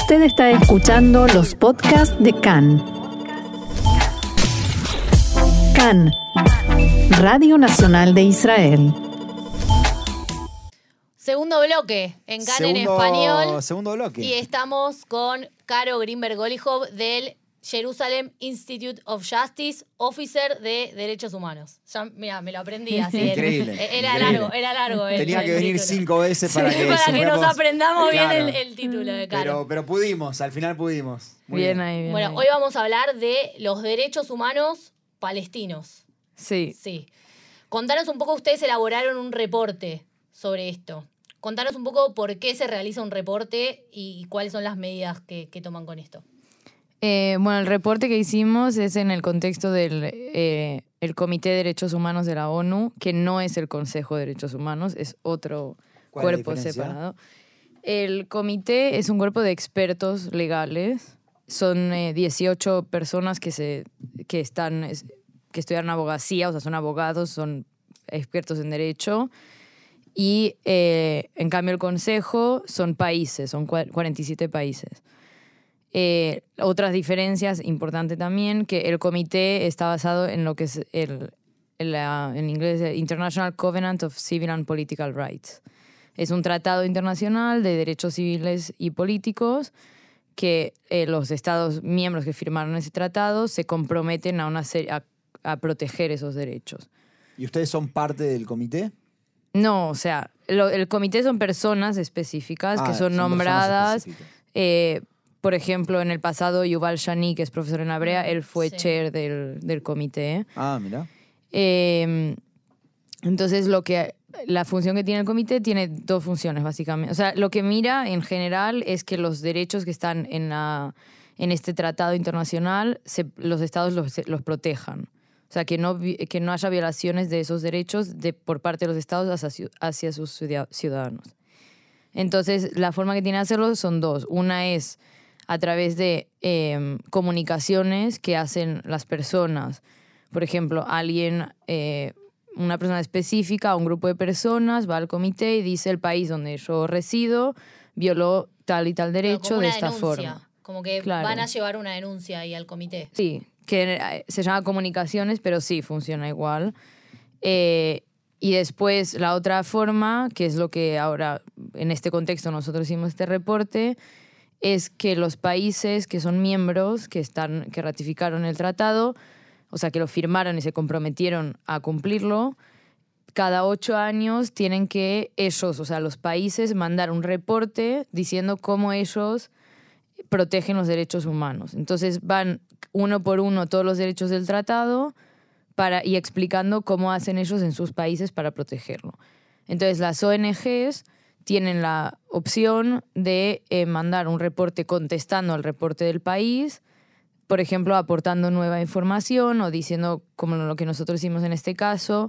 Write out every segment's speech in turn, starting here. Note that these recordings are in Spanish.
Usted está escuchando los podcasts de CAN. CAN, Radio Nacional de Israel. Segundo bloque en CAN en español. Segundo bloque. Y estamos con Caro Greenberg-Golihov del Jerusalem Institute of Justice, Officer de Derechos Humanos. Ya, mira, me lo aprendí así. Increíble. Era largo. Tenía que venir título. 5 veces para que nos aprendamos Claro. bien el título de Caro. Pero pudimos, al final pudimos. Muy Bien ahí. Bueno, hoy vamos a hablar de los derechos humanos palestinos. Sí. Sí. Contanos un poco, ustedes elaboraron un reporte sobre esto. Contanos un poco por qué se realiza un reporte y cuáles son las medidas que toman con esto. Bueno, el reporte que hicimos es en el contexto del el Comité de Derechos Humanos de la ONU, que no es el Consejo de Derechos Humanos, es otro cuerpo separado. El comité es un grupo de expertos legales. Son 18 personas que estudiaron abogacía, o sea, son abogados, son expertos en derecho. Y en cambio el Consejo son países, son 47 países. Otras diferencias importantes también, que el comité está basado en lo que es en inglés International Covenant of Civil and Political Rights. Es un tratado internacional de derechos civiles y políticos que los estados miembros que firmaron ese tratado se comprometen a proteger esos derechos. ¿Y ustedes son parte del comité? No, o sea, el comité son personas específicas que son nombradas. Por ejemplo, en el pasado, Yuval Shani, que es profesor en la Brea, él fue chair del comité. Ah, mira. Entonces, la función que tiene el comité tiene dos funciones, básicamente. O sea, lo que mira en general es que los derechos que están en este tratado internacional, los estados los protejan. O sea, que no haya violaciones de esos derechos por parte de los estados hacia sus ciudadanos. Entonces, la forma que tiene de hacerlo son dos. Una es a través de comunicaciones que hacen las personas. Por ejemplo, una persona específica, un grupo de personas, va al comité y dice: el país donde yo resido violó tal y tal derecho de esta forma. Como que van a llevar una denuncia ahí al comité. Sí, que se llama comunicaciones, pero sí funciona igual. Y después la otra forma, que es lo que ahora en este contexto nosotros hicimos este reporte, es que los países que son miembros, que ratificaron el tratado, o sea, que lo firmaron y se comprometieron a cumplirlo, cada 8 años tienen que ellos, o sea, los países, mandar un reporte diciendo cómo ellos protegen los derechos humanos. Entonces van uno por uno todos los derechos del tratado y explicando cómo hacen ellos en sus países para protegerlo. Entonces las ONGs tienen la opción de mandar un reporte contestando al reporte del país, por ejemplo, aportando nueva información o diciendo, como lo que nosotros hicimos en este caso,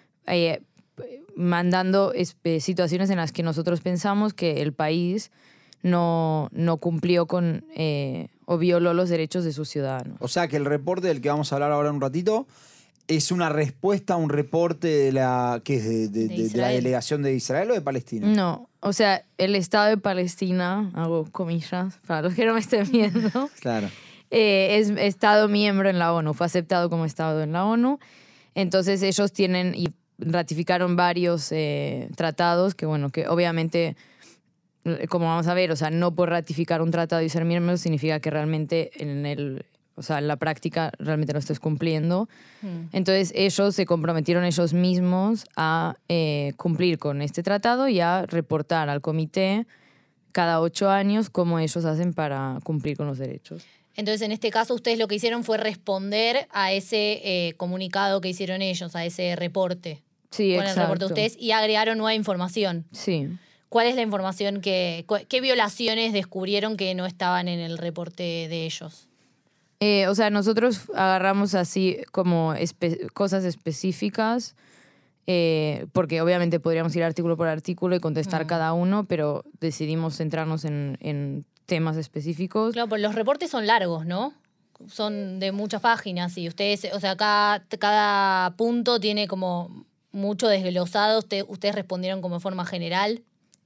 mandando situaciones en las que nosotros pensamos que el país no cumplió con o violó los derechos de sus ciudadanos. O sea que el reporte del que vamos a hablar ahora en un ratito es una respuesta a un reporte de la delegación de Israel o de Palestina. No, o sea, el Estado de Palestina, hago comillas para los que no me estén viendo, Claro. es Estado miembro en la ONU, fue aceptado como Estado en la ONU. Entonces ellos tienen y ratificaron varios tratados que obviamente, como vamos a ver, o sea, no por ratificar un tratado y ser miembro significa que realmente en la práctica realmente lo estés cumpliendo. Entonces ellos se comprometieron ellos mismos a cumplir con este tratado y a reportar al comité cada 8 años cómo ellos hacen para cumplir con los derechos. Entonces, en este caso, ustedes lo que hicieron fue responder a ese comunicado que hicieron ellos, a ese reporte. Sí, con exacto. el reporte de ustedes y agregaron nueva información. Sí. ¿Cuál es la información qué violaciones descubrieron que no estaban en el reporte de ellos? O sea, nosotros agarramos así como cosas específicas, porque obviamente podríamos ir artículo por artículo y contestar cada uno, pero decidimos centrarnos en temas específicos. Claro, pero los reportes son largos, ¿no? Son de muchas páginas y ustedes, o sea, cada punto tiene como mucho desglosado. Ustedes respondieron como de forma general.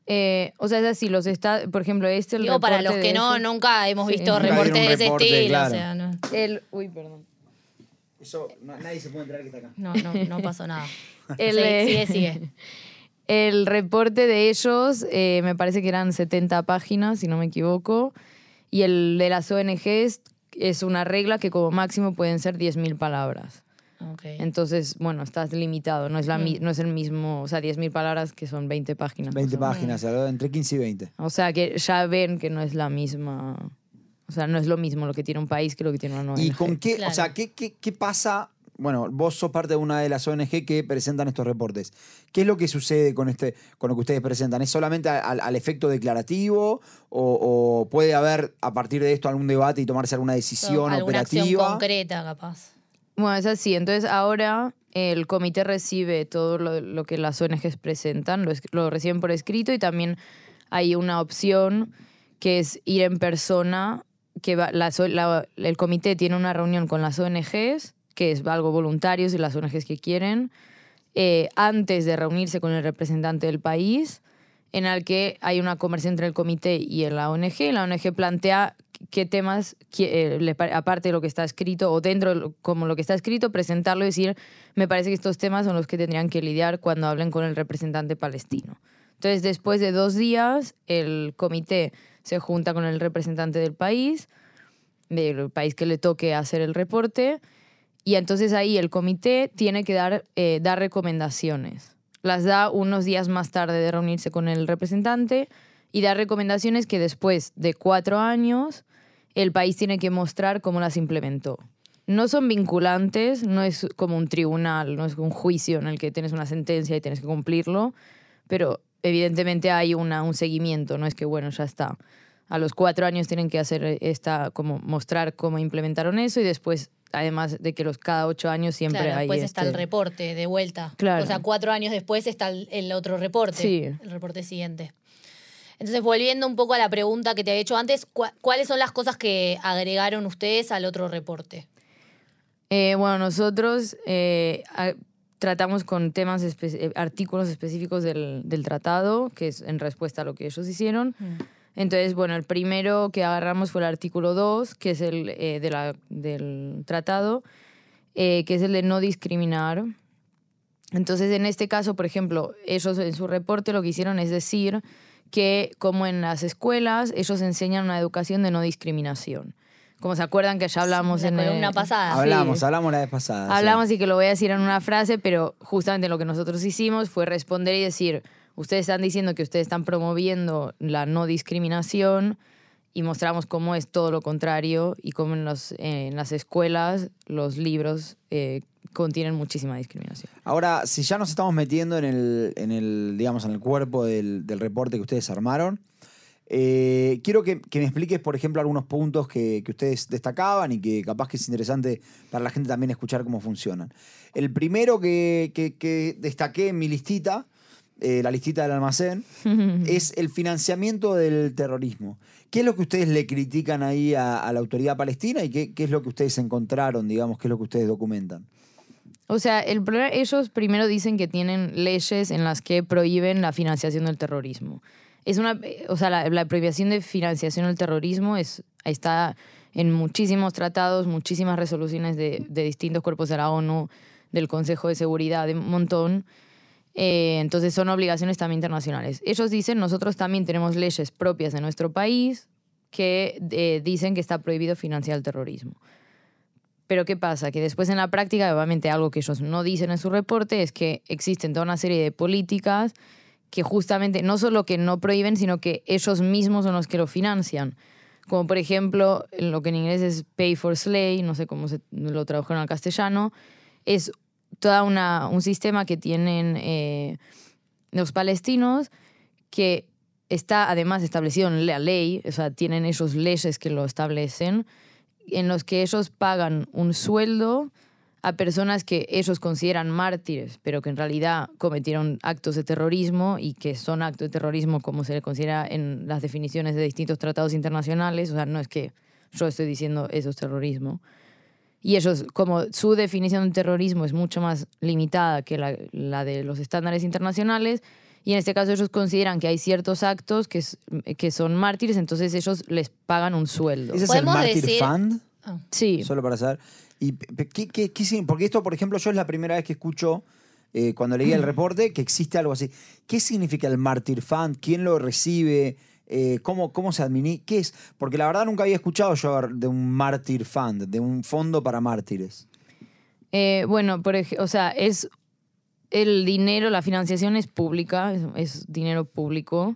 O sea, es así, por ejemplo, el Digo, para los reporte que de ellos- nunca hemos Sí. visto Nunca reportes vieron de un ese reporte, estilo. claro. O sea, no, Uy, perdón. Eso, nadie se puede enterar que está acá. no pasó nada. El, Sigue. El reporte de ellos, me parece que eran 70 páginas, si no me equivoco. Y el de las ONGs es una regla que como máximo pueden ser 10.000 palabras. Okay. Entonces, bueno, estás limitado. No es el mismo, o sea, 10.000 palabras que son 20 páginas. 20 más o menos. páginas, entre 15 y 20. O sea, que ya ven que no es la misma... O sea, no es lo mismo lo que tiene un país que lo que tiene una ONG. ¿Y con qué, Claro. o sea, qué pasa? Bueno, vos sos parte de una de las ONG que presentan estos reportes. ¿Qué es lo que sucede con lo que ustedes presentan? ¿Es solamente al efecto declarativo o puede haber a partir de esto algún debate y tomarse alguna decisión Alguna acción operativa? concreta, capaz. Bueno, es así. Entonces ahora el comité recibe todo lo que las ONGs presentan, lo reciben por escrito y también hay una opción que es ir en persona, que el comité tiene una reunión con las ONGs, que es algo voluntario si las ONGs que quieren, antes de reunirse con el representante del país, en el que hay una conversación entre el comité y la ONG. Y la ONG plantea qué temas, aparte de lo que está escrito, o dentro como lo que está escrito, presentarlo y decir, me parece que estos temas son los que tendrían que lidiar cuando hablen con el representante palestino. Entonces, después de 2 días, el comité se junta con el representante del país que le toque hacer el reporte, y entonces ahí el comité tiene que dar recomendaciones. Las da unos días más tarde de reunirse con el representante y da recomendaciones que después de 4 años el país tiene que mostrar cómo las implementó. No son vinculantes, no es como un tribunal, no es un juicio en el que tienes una sentencia y tienes que cumplirlo, pero evidentemente hay un seguimiento, no es que bueno, ya está. A los 4 años tienen que hacer como mostrar cómo implementaron eso y después, además de que cada 8 años siempre Claro, hay después está el reporte de vuelta. Claro. O sea, 4 años después está el otro reporte. Sí. El reporte siguiente. Entonces, volviendo un poco a la pregunta que te había hecho antes, ¿cuáles son las cosas que agregaron ustedes al otro reporte? Bueno, nosotros tratamos con temas, artículos específicos del tratado, que es en respuesta a lo que ellos hicieron. Entonces, bueno, el primero que agarramos fue el artículo 2, que es el del tratado, que es el de no discriminar. Entonces, en este caso, por ejemplo, ellos en su reporte lo que hicieron es decir que, como en las escuelas, ellos enseñan una educación de no discriminación. Como se acuerdan que ya hablamos En la columna pasada. Hablamos la vez pasada. Hablamos sí. y que lo voy a decir en una frase, pero justamente lo que nosotros hicimos fue responder y decir, ustedes están diciendo que ustedes están promoviendo la no discriminación y mostramos cómo es todo lo contrario y cómo en las escuelas los libros contienen muchísima discriminación. Ahora, si ya nos estamos metiendo en el cuerpo del reporte que ustedes armaron, quiero que me expliques, por ejemplo, algunos puntos que ustedes destacaban y que capaz que es interesante para la gente también escuchar cómo funcionan. El primero que destaqué en mi listita, la listita del almacén, es el financiamiento del terrorismo. ¿Qué es lo que ustedes le critican ahí a la autoridad palestina y qué es lo que ustedes encontraron, digamos, qué es lo que ustedes documentan? O sea, el problema, ellos primero dicen que tienen leyes en las que prohíben la financiación del terrorismo. La prohibición de financiación del terrorismo está en muchísimos tratados, muchísimas resoluciones de distintos cuerpos de la ONU, del Consejo de Seguridad, de un montón. Entonces son obligaciones también internacionales. Ellos dicen, nosotros también tenemos leyes propias de nuestro país que dicen que está prohibido financiar el terrorismo. Pero ¿qué pasa? Que después en la práctica, obviamente algo que ellos no dicen en su reporte es que existen toda una serie de políticas que justamente no solo que no prohíben, sino que ellos mismos son los que lo financian. Como por ejemplo, lo que en inglés es pay for slay, no sé cómo lo tradujeron al castellano, es todo un sistema que tienen los palestinos que está además establecido en la ley, o sea, tienen ellos leyes que lo establecen, en los que ellos pagan un sueldo a personas que ellos consideran mártires, pero que en realidad cometieron actos de terrorismo y que son actos de terrorismo como se le considera en las definiciones de distintos tratados internacionales. O sea, no es que yo estoy diciendo eso es terrorismo. Y ellos, como su definición de terrorismo es mucho más limitada que la de los estándares internacionales, Y en este caso ellos consideran que hay ciertos actos que son mártires, entonces ellos les pagan un sueldo. ¿Ese es el Podemos Martyr decir- Fund? Sí. Solo para saber. ¿Y porque esto, por ejemplo, yo es la primera vez que escucho, cuando leí el reporte, que existe algo así. ¿Qué significa el Martyr Fund? ¿Quién lo recibe? ¿Cómo se administra? ¿Qué es? Porque la verdad nunca había escuchado yo de un Martyr Fund, de un fondo para mártires. Bueno, o sea, es el dinero, la financiación es pública, es dinero público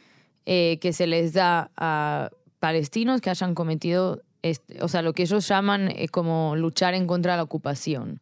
que se les da a palestinos que hayan cometido, o sea, lo que ellos llaman como luchar en contra de la ocupación.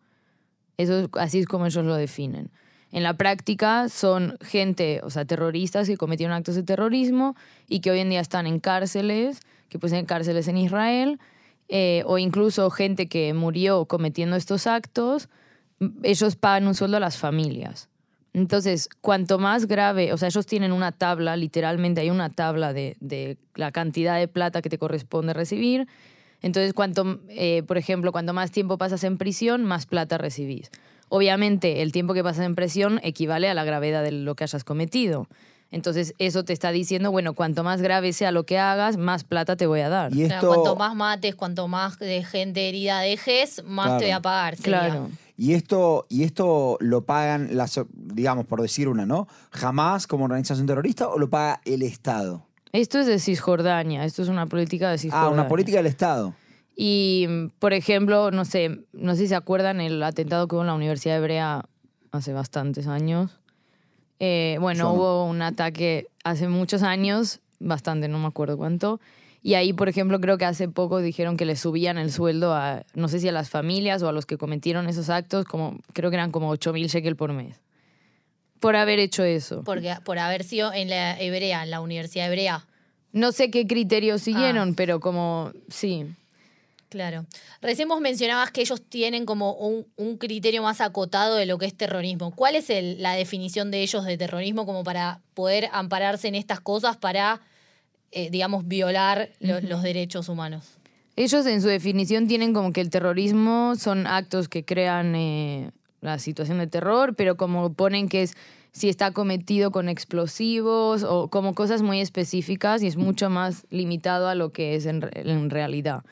Así es como ellos lo definen. En la práctica son gente, o sea, terroristas que cometieron actos de terrorismo y que hoy en día están en cárceles, que pueden ser cárceles en Israel, o incluso gente que murió cometiendo estos actos, ellos pagan un sueldo a las familias. Entonces, cuanto más grave, o sea, ellos tienen una tabla, literalmente hay una tabla de la cantidad de plata que te corresponde recibir. Entonces, por ejemplo, cuanto más tiempo pasas en prisión, más plata recibís. Obviamente, el tiempo que pasas en prisión equivale a la gravedad de lo que hayas cometido. Entonces, eso te está diciendo, bueno, cuanto más grave sea lo que hagas, más plata te voy a dar. Y O sea, esto, cuanto más mates, cuanto más de gente herida dejes, más Claro. te voy a pagar. sería. Claro. y esto lo pagan, digamos, por decir una, ¿no? ¿Jamás como organización terrorista o lo paga el Estado? Esto es de Cisjordania, esto es una política de Cisjordania. Una política del Estado. Y, por ejemplo, no sé si se acuerdan el atentado que hubo en la Universidad Hebrea hace bastantes años. Bueno, Yo no. hubo un ataque hace muchos años, bastante, no me acuerdo cuánto. Y ahí, por ejemplo, creo que hace poco dijeron que le subían el sueldo a, no sé si a las familias o a los que cometieron esos actos, creo que eran como 8.000 shekel por mes. Por haber hecho eso. Por haber sido en la Hebrea, en la Universidad Hebrea. No sé qué criterios siguieron, pero sí. Claro. Recién vos mencionabas que ellos tienen como un criterio más acotado de lo que es terrorismo. ¿Cuál es la definición de ellos de terrorismo como para poder ampararse en estas cosas para, digamos, violar los derechos humanos? Ellos en su definición tienen como que el terrorismo son actos que crean la situación de terror, pero como ponen que es si está cometido con explosivos o como cosas muy específicas y es mucho más limitado a lo que es en realidad.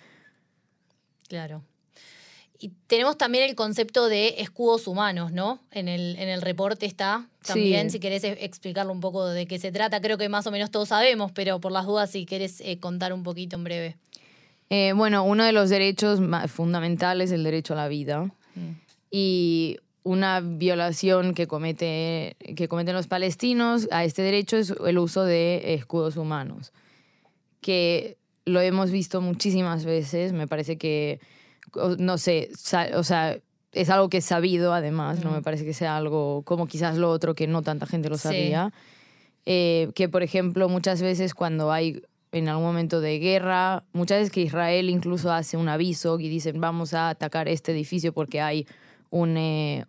Claro. Y tenemos también el concepto de escudos humanos, ¿no? En el reporte está también, Sí. si querés explicarlo un poco de qué se trata. Creo que más o menos todos sabemos, pero por las dudas, si querés contar un poquito en breve. Bueno, uno de los derechos fundamentales es el derecho a la vida. Y una violación que cometen los palestinos a este derecho es el uso de escudos humanos, que lo hemos visto muchísimas veces. Me parece que, no sé, o sea, es algo que es sabido además, no me parece que sea algo como quizás lo otro que no tanta gente lo sabía. Que, por ejemplo, muchas veces cuando hay en algún momento de guerra, muchas veces que Israel incluso hace un aviso y dicen vamos a atacar este edificio porque hay un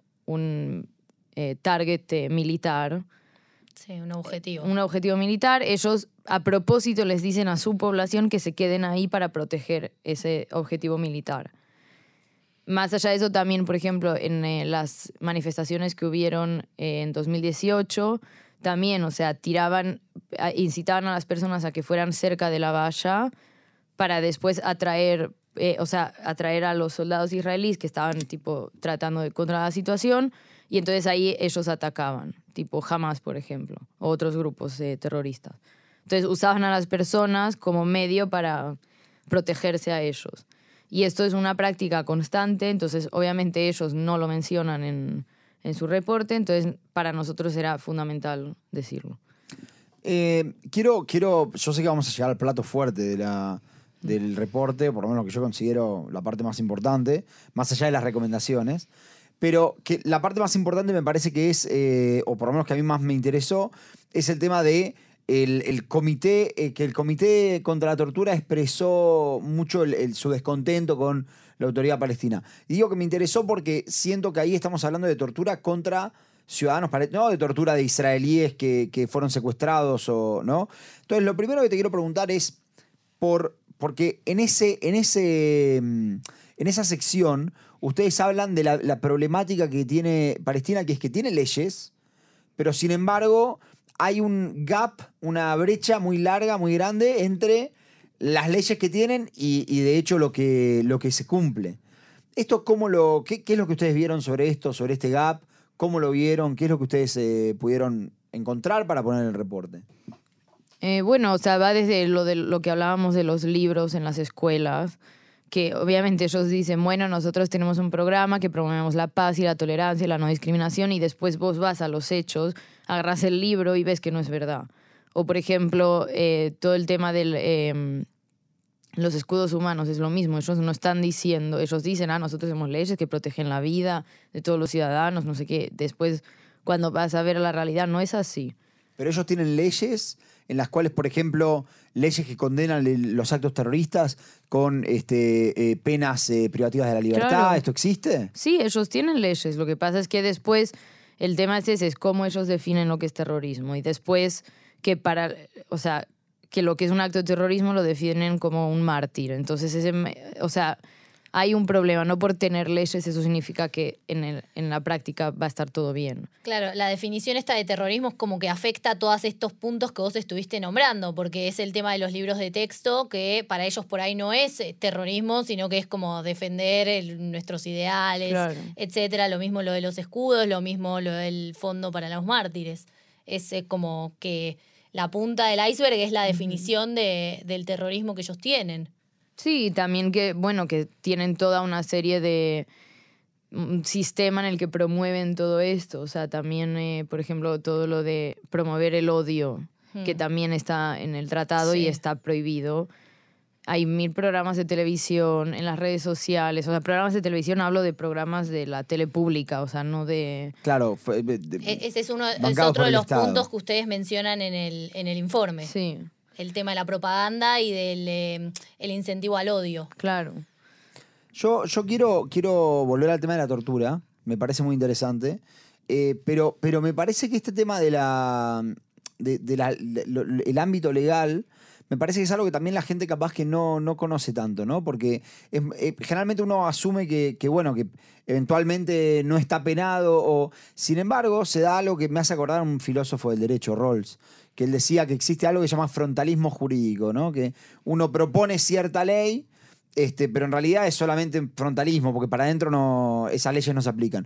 target militar. Sí, un objetivo. Un objetivo militar. Ellos a propósito les dicen a su población que se queden ahí para proteger ese objetivo militar. Más allá de eso también, por ejemplo, en las manifestaciones que hubieron en 2018, también, o sea, incitaban a las personas a que fueran cerca de la valla para después atraer a los soldados israelíes que estaban tipo tratando de controlar la situación, y entonces ahí ellos atacaban, tipo Hamas, por ejemplo, o otros grupos terroristas. Entonces usaban a las personas como medio para protegerse a ellos. Y esto es una práctica constante, entonces obviamente ellos no lo mencionan en su reporte, entonces para nosotros era fundamental decirlo. Yo sé que vamos a llegar al plato fuerte del reporte, por lo menos lo que yo considero la parte más importante, más allá de las recomendaciones, pero que la parte más importante me parece que es, o por lo menos que a mí más me interesó, es el tema de el comité, que el Comité contra la Tortura expresó mucho su descontento con la autoridad palestina. Y digo que me interesó porque siento que ahí estamos hablando de tortura contra ciudadanos palestinos, no de tortura de israelíes que fueron secuestrados o no. Entonces, lo primero que te quiero preguntar es porque en esa sección ustedes hablan de la problemática que tiene Palestina, que es que tiene leyes, pero sin embargo hay un gap, una brecha muy larga, muy grande entre las leyes que tienen y de hecho lo que se cumple. ¿Esto qué es lo que ustedes vieron sobre esto, sobre este gap? ¿Cómo lo vieron? ¿Qué es lo que ustedes pudieron encontrar para poner en el reporte? Bueno, o sea, va desde lo que hablábamos de los libros en las escuelas, que obviamente ellos dicen, bueno, nosotros tenemos un programa que promovemos la paz y la tolerancia y la no discriminación, y después vos vas a los hechos, agarrás el libro y ves que no es verdad. O, por ejemplo, todo el tema de los escudos humanos es lo mismo. Ellos no están diciendo, ellos dicen, nosotros tenemos leyes que protegen la vida de todos los ciudadanos, no sé qué. Después, cuando vas a ver la realidad, no es así. Pero ellos tienen leyes en las cuales, por ejemplo, leyes que condenan los actos terroristas con penas privativas de la libertad. Claro. ¿Esto existe? Sí, ellos tienen leyes. Lo que pasa es que después el tema es ese, es cómo ellos definen lo que es terrorismo. Y después que que lo que es un acto de terrorismo lo definen como un mártir. Entonces, hay un problema. No por tener leyes eso significa que en la práctica va a estar todo bien. Claro, la definición esta de terrorismo es como que afecta a todos estos puntos que vos estuviste nombrando, porque es el tema de los libros de texto, que para ellos por ahí no es terrorismo, sino que es como defender nuestros ideales, Claro. etcétera. Lo mismo lo de los escudos, lo mismo lo del fondo para los mártires. Es como que la punta del iceberg es la definición del terrorismo que ellos tienen. Sí, también que tienen toda una serie de un sistema en el que promueven todo esto. O sea, también, por ejemplo, todo lo de promover el odio, que también está en el tratado y está prohibido. Hay 1000 programas de televisión en las redes sociales. O sea, programas de televisión, hablo de programas de la tele pública, o sea, no de... Claro. Ese es bancados otro por de el los Estado. Puntos que ustedes mencionan en el informe. Sí, El tema de la propaganda y del el incentivo al odio. claro. Yo quiero volver al tema de la tortura. Me parece muy interesante. Pero me parece que este tema el ámbito legal, me parece que es algo que también la gente capaz que no conoce tanto, ¿no? Porque generalmente uno asume que eventualmente no está penado. Sin embargo, se da algo que me hace acordar a un filósofo del derecho, Rawls, que él decía que existe algo que se llama frontalismo jurídico, ¿no? Que uno propone cierta ley, pero en realidad es solamente frontalismo, porque para adentro esas leyes no se aplican.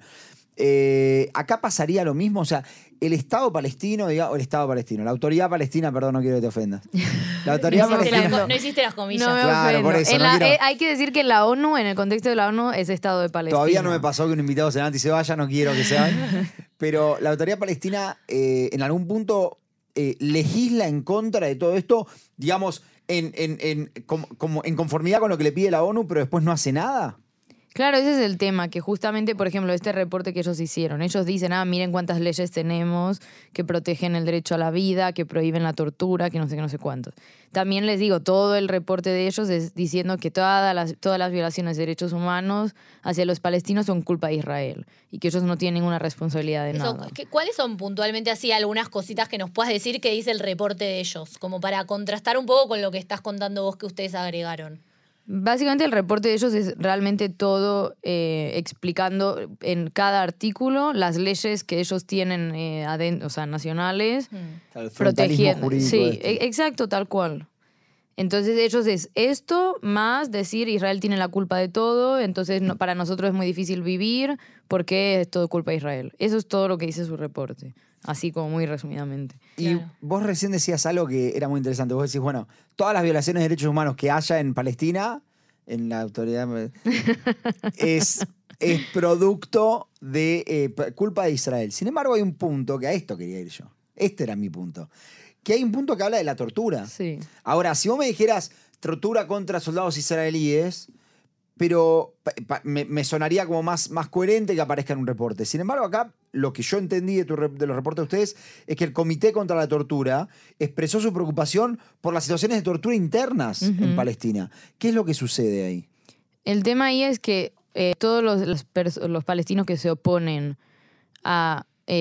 Acá pasaría lo mismo, o sea, el Estado palestino, la autoridad palestina, perdón, no quiero que te ofendas. La autoridad palestina. No hiciste las comillas. No me Claro, ofendo. por eso, no quiero- Hay que decir que en la ONU, en el contexto de la ONU, es Estado de Palestina. Todavía no me pasó que un invitado se levante y se vaya, no quiero que se vaya. Pero la autoridad palestina, en algún punto, legisla en contra de todo esto, digamos, en conformidad con lo que le pide la ONU, pero después no hace nada. Claro, ese es el tema, que justamente, por ejemplo, este reporte que ellos hicieron, ellos dicen, miren cuántas leyes tenemos que protegen el derecho a la vida, que prohíben la tortura, que no sé qué, no sé cuántos. También les digo, todo el reporte de ellos es diciendo que todas las violaciones de derechos humanos hacia los palestinos son culpa de Israel y que ellos no tienen ninguna responsabilidad de nada. ¿Cuáles son puntualmente así algunas cositas que nos puedas decir que dice el reporte de ellos? Como para contrastar un poco con lo que estás contando vos que ustedes agregaron. Básicamente el reporte de ellos es realmente todo explicando en cada artículo las leyes que ellos tienen adentro, o sea, nacionales, Claro, el frontalismo protegiendo. jurídico Sí, exacto, tal cual. Entonces ellos es esto más decir Israel tiene la culpa de todo, entonces para nosotros es muy difícil vivir porque es todo culpa de Israel. Eso es todo lo que dice su reporte, así como muy resumidamente. Y Claro. vos recién decías algo que era muy interesante. Vos decís, bueno, todas las violaciones de derechos humanos que haya en Palestina, en la autoridad, es producto de culpa de Israel. Sin embargo, hay un punto, que a esto quería ir yo. Este era mi punto. Que hay un punto que habla de la tortura. Sí. Ahora, si vos me dijeras tortura contra soldados israelíes, pero me sonaría como más coherente que aparezca en un reporte. Sin embargo, acá lo que yo entendí de los reportes de ustedes es que el Comité contra la Tortura expresó su preocupación por las situaciones de tortura internas en Palestina. ¿Qué es lo que sucede ahí? El tema ahí es que todos los palestinos que se oponen al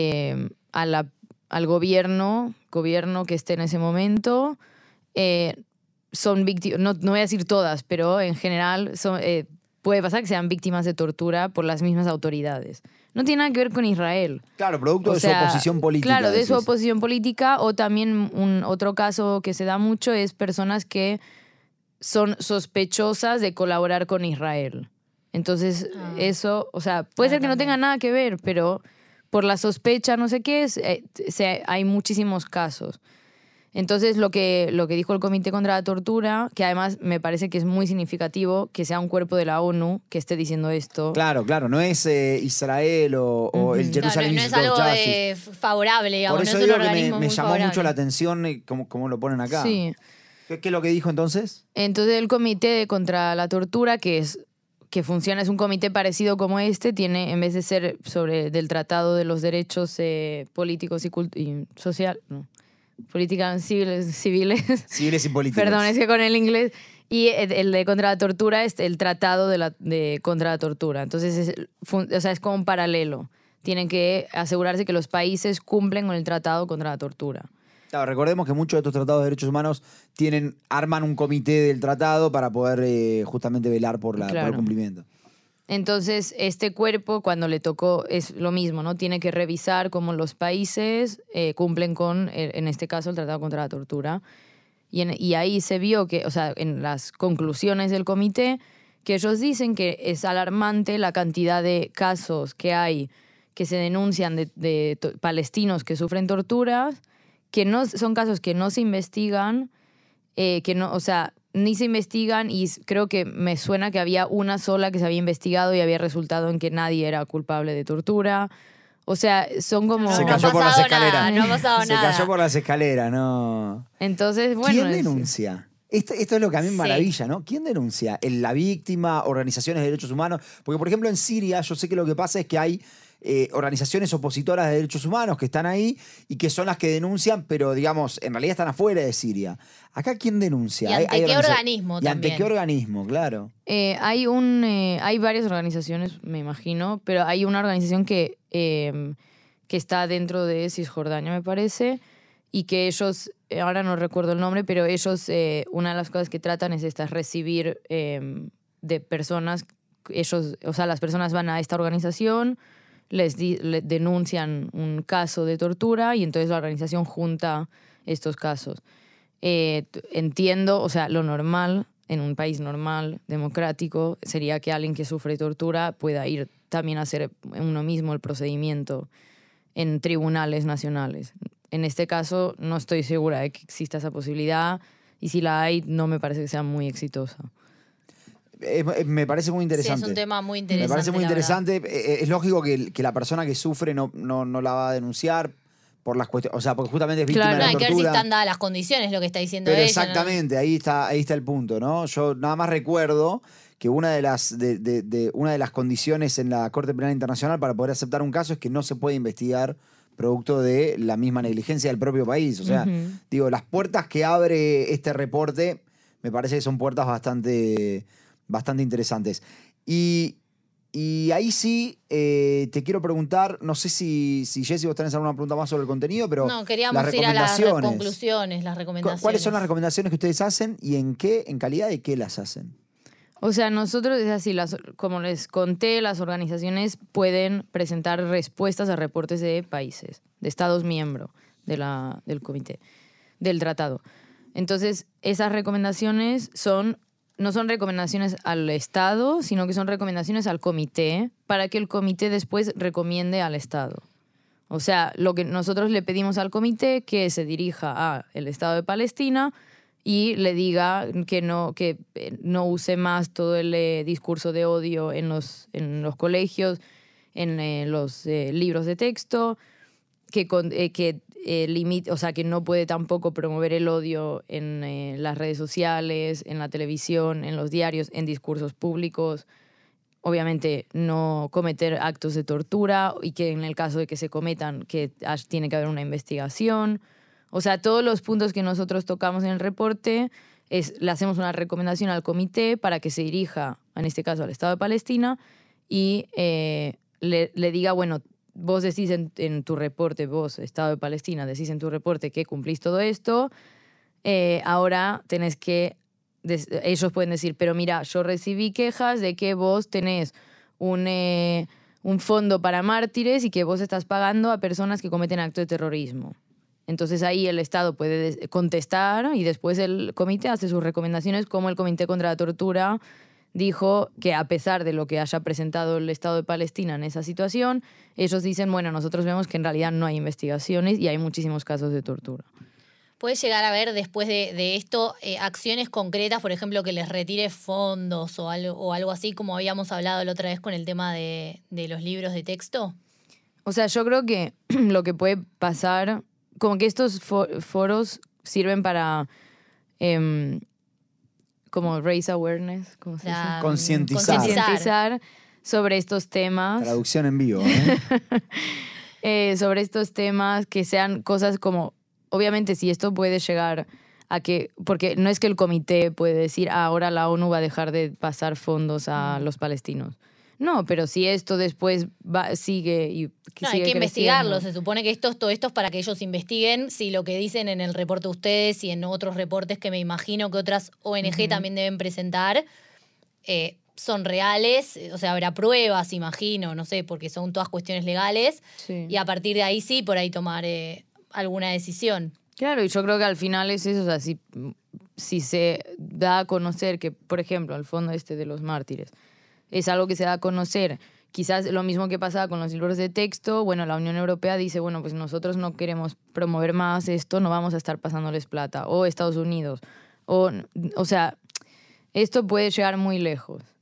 gobierno que esté en ese momento, son víctimas, no voy a decir todas, pero en general puede pasar que sean víctimas de tortura por las mismas autoridades. No tiene nada que ver con Israel. Claro, producto O de sea, su oposición política. Claro, de su decís. oposición política, o también otro caso que se da mucho es personas que son sospechosas de colaborar con Israel. Entonces, eso, o sea, puede ser que no también. tenga nada que ver, pero por la sospecha, no sé qué, hay muchísimos casos. Entonces, lo que dijo el Comité contra la Tortura, que además me parece que es muy significativo que sea un cuerpo de la ONU que esté diciendo esto. Claro, no es Israel o el Claro, Jerusalem no es Institute of algo Justice. favorable, digamos, Por eso no es un digo que organismo me muy llamó favorable. mucho la atención cómo lo ponen acá. Sí. ¿Qué es lo que dijo entonces? Entonces el Comité contra la Tortura, que funciona, es un comité parecido como este, tiene, en vez de ser del Tratado de los Derechos Políticos y Social, no, políticas civiles. Civiles y políticos. Perdón, es que con el inglés. Y el de contra la tortura es el Tratado de contra la Tortura. Entonces, es como un paralelo. Tienen que asegurarse que los países cumplen con el Tratado contra la Tortura. Claro, recordemos que muchos de estos tratados de derechos humanos arman un comité del tratado para poder justamente velar por el Claro. cumplimiento. Entonces, este cuerpo, cuando le tocó, es lo mismo, ¿no? Tiene que revisar cómo los países cumplen con, en este caso, el Tratado contra la Tortura. Y ahí se vio que, o sea, en las conclusiones del comité, que ellos dicen que es alarmante la cantidad de casos que hay que se denuncian de palestinos que sufren torturas, que no son casos que no se investigan, que no, o sea, ni se investigan, y creo que me suena que había una sola que se había investigado y había resultado en que nadie era culpable de tortura. O sea, son como... Se No cayó ha por las pasado escaleras. nada, no ha pasado Se nada. cayó por las escaleras, no. Entonces, bueno... ¿Quién denuncia? Esto es lo que a mí me Sí. maravilla, ¿no? ¿Quién denuncia? ¿La víctima? ¿Organizaciones de derechos humanos? Porque, por ejemplo, en Siria yo sé que lo que pasa es que hay organizaciones opositoras de derechos humanos que están ahí y que son las que denuncian, pero, digamos, en realidad están afuera de Siria. ¿Acá quién denuncia? ¿Y ante qué organiza- organismo ¿Y ante también? qué organismo? Claro. Hay varias organizaciones, me imagino, pero hay una organización que está dentro de Cisjordania, me parece, y que ellos, ahora no recuerdo el nombre, pero ellos, una de las cosas que tratan es recibir de personas, o sea, las personas van a esta organización, les denuncian un caso de tortura y entonces la organización junta estos casos. Entiendo, o sea, lo normal en un país normal, democrático, sería que alguien que sufre tortura pueda ir también a hacer uno mismo el procedimiento en tribunales nacionales. En este caso no estoy segura de que exista esa posibilidad, y si la hay no me parece que sea muy exitosa. Me parece muy interesante. Sí, es un tema muy interesante. Me parece muy la verdad. interesante. Es lógico que la persona que sufre no la va a denunciar por las cuestiones. O sea, porque justamente es víctima Claro. de No, la hay que ver si tortura. están dadas las condiciones, lo que está diciendo Pero ella. exactamente, ahí está el punto, ¿no? Yo nada más recuerdo que una de las condiciones en la Corte Penal Internacional para poder aceptar un caso es que no se puede investigar producto de la misma negligencia del propio país. O sea, Ujú. digo, las puertas que abre este reporte me parece que son puertas bastante interesantes. Y ahí sí te quiero preguntar, no sé si Jessy vos tenés alguna pregunta más sobre el contenido, pero No, queríamos las ir a las recomendaciones. conclusiones, las recomendaciones. ¿Cuáles son las recomendaciones que ustedes hacen y en calidad de qué las hacen? O sea, nosotros es así, como les conté, las organizaciones pueden presentar respuestas a reportes de países, de estados miembros del comité, del tratado. Entonces, esas recomendaciones no son recomendaciones al Estado, sino que son recomendaciones al comité para que el comité después recomiende al Estado. O sea, lo que nosotros le pedimos al comité que se dirija al Estado de Palestina y le diga que no use más todo el discurso de odio en los colegios, en los libros de texto, que limite, o sea, que no puede tampoco promover el odio en las redes sociales, en la televisión, en los diarios, en discursos públicos. Obviamente no cometer actos de tortura, y que en el caso de que se cometan, que tiene que haber una investigación. O sea, todos los puntos que nosotros tocamos en el reporte, le hacemos una recomendación al comité para que se dirija, en este caso, al Estado de Palestina y le diga, bueno, vos decís en tu reporte, vos, Estado de Palestina, decís en tu reporte que cumplís todo esto, ahora tenés que ellos pueden decir, pero mira, yo recibí quejas de que vos tenés un fondo para mártires y que vos estás pagando a personas que cometen actos de terrorismo. Entonces ahí el Estado puede contestar y después el comité hace sus recomendaciones, como el Comité contra la Tortura dijo que a pesar de lo que haya presentado el Estado de Palestina en esa situación, ellos dicen, bueno, nosotros vemos que en realidad no hay investigaciones y hay muchísimos casos de tortura. ¿Puede llegar a haber después de esto acciones concretas, por ejemplo, que les retire fondos o algo así, como habíamos hablado la otra vez con el tema de los libros de texto? O sea, yo creo que lo que puede pasar, como que estos foros sirven para como raise awareness, ¿cómo se dice? Concientizar sobre estos temas. Traducción en vivo. Sobre estos temas, que sean cosas como, obviamente si esto puede llegar a que, porque no es que el comité puede decir, ahora la ONU va a dejar de pasar fondos a los palestinos. No, pero si esto después sigue y no, hay que investigarlo. Se supone que todo esto es para que ellos investiguen si lo que dicen en el reporte de ustedes y en otros reportes que me imagino que otras ONG también deben presentar son reales. O sea, habrá pruebas, imagino, no sé, porque son todas cuestiones legales. Sí. Y a partir de ahí sí, por ahí tomar alguna decisión. Claro, y yo creo que al final es eso. O sea, si se da a conocer que, por ejemplo, el fondo de los mártires es algo que se da a conocer, quizás lo mismo que pasaba con los libros de texto, bueno, la Unión Europea dice, bueno, pues nosotros no queremos promover más esto, no vamos a estar pasándoles plata, o Estados Unidos, o sea, esto puede llegar muy lejos.